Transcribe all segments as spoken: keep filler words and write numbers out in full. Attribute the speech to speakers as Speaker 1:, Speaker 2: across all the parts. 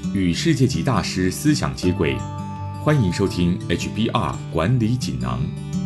Speaker 1: 与世界级大师思想接轨，欢迎收听 H B R 管理锦囊。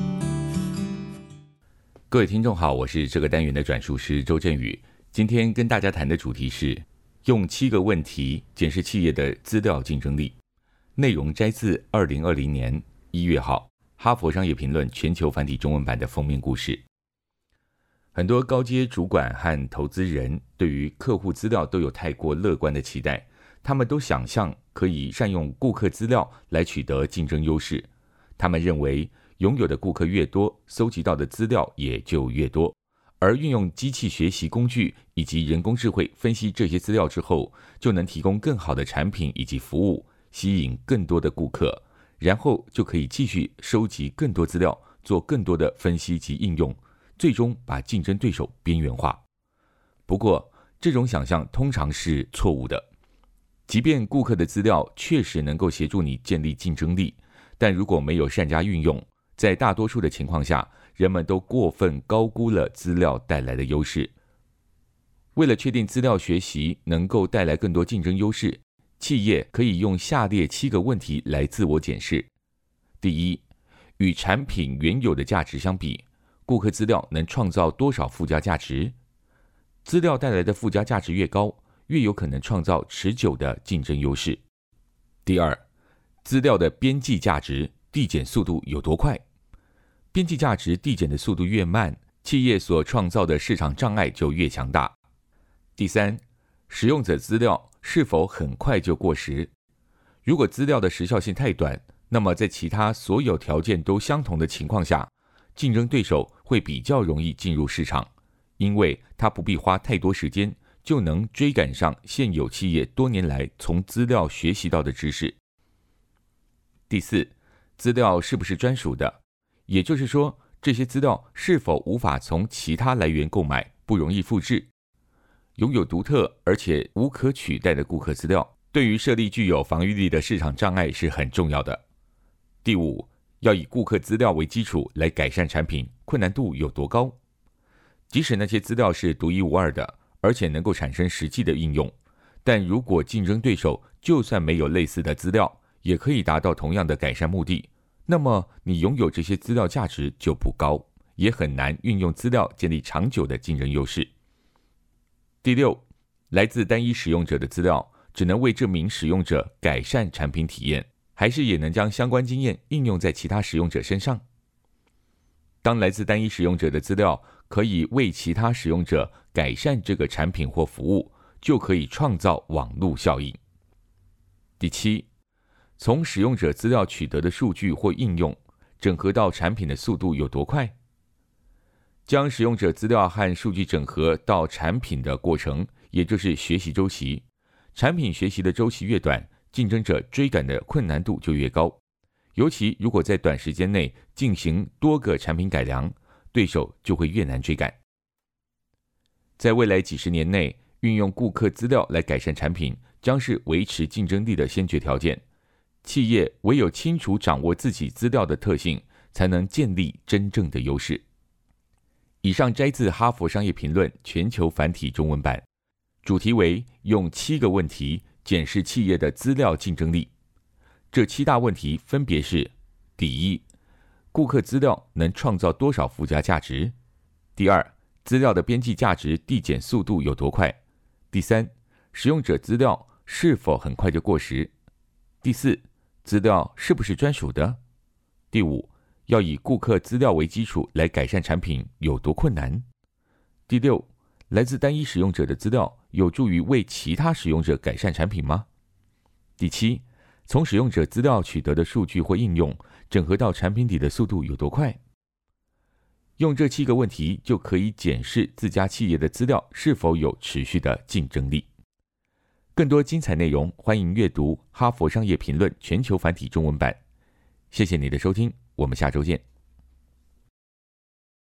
Speaker 2: 各位听众好，我是这个单元的转述师周振宇。今天跟大家谈的主题是用七个问题检视企业的资料竞争力。内容摘自二零二零年一月号哈佛商业评论全球繁体中文版的封面故事。很多高阶主管和投资人对于客户资料都有太过乐观的期待，他们都想象可以善用顾客资料来取得竞争优势。他们认为拥有的顾客越多，搜集到的资料也就越多，而运用机器学习工具以及人工智慧分析这些资料之后，就能提供更好的产品以及服务，吸引更多的顾客，然后就可以继续收集更多资料，做更多的分析及应用，最终把竞争对手边缘化。不过，这种想象通常是错误的。即便顾客的资料确实能够协助你建立竞争力，但如果没有善加运用，在大多数的情况下，人们都过分高估了资料带来的优势。为了确定资料学习能够带来更多竞争优势，企业可以用下列七个问题来自我检视。第一，与产品原有的价值相比，顾客资料能创造多少附加价值？资料带来的附加价值越高，越有可能创造持久的竞争优势。第二，资料的边际价值递减速度有多快？边际价值递减的速度越慢，企业所创造的市场障碍就越强大。第三，使用者资料是否很快就过时？如果资料的时效性太短，那么在其他所有条件都相同的情况下，竞争对手会比较容易进入市场，因为他不必花太多时间就能追赶上现有企业多年来从资料学习到的知识。第四，资料是不是专属的？也就是说，这些资料是否无法从其他来源购买，不容易复制？拥有独特而且无可取代的顾客资料，对于设立具有防御力的市场障碍是很重要的。第五，要以顾客资料为基础来改善产品，困难度有多高？即使那些资料是独一无二的，而且能够产生实际的应用，但如果竞争对手就算没有类似的资料，也可以达到同样的改善目的，那么你拥有这些资料价值就不高，也很难运用资料建立长久的竞争优势。第六，来自单一使用者的资料只能为这名使用者改善产品体验，还是也能将相关经验应用在其他使用者身上？当来自单一使用者的资料可以为其他使用者改善这个产品或服务，就可以创造网络效应。第七，从使用者资料取得的数据或应用，整合到产品的速度有多快？将使用者资料和数据整合到产品的过程，也就是学习周期。产品学习的周期越短，竞争者追赶的困难度就越高。尤其如果在短时间内进行多个产品改良，对手就会越难追赶。在未来几十年内，运用顾客资料来改善产品，将是维持竞争力的先决条件。企业唯有清楚掌握自己资料的特性，才能建立真正的优势。以上摘自哈佛商业评论全球繁体中文版，主题为用七个问题检视企业的资料竞争力。这七大问题分别是：第一，顾客资料能创造多少附加价值？第二，资料的边际价值递减速度有多快？第三，使用者资料是否很快就过时？第四，资料是不是专属的？第五，要以顾客资料为基础来改善产品有多困难？第六，来自单一使用者的资料有助于为其他使用者改善产品吗？第七，从使用者资料取得的数据或应用，整合到产品里的速度有多快？用这七个问题就可以检视自家企业的资料是否有持续的竞争力。更多精彩内容，欢迎阅读《哈佛商业评论》全球繁体中文版。谢谢你的收听，我们下周见。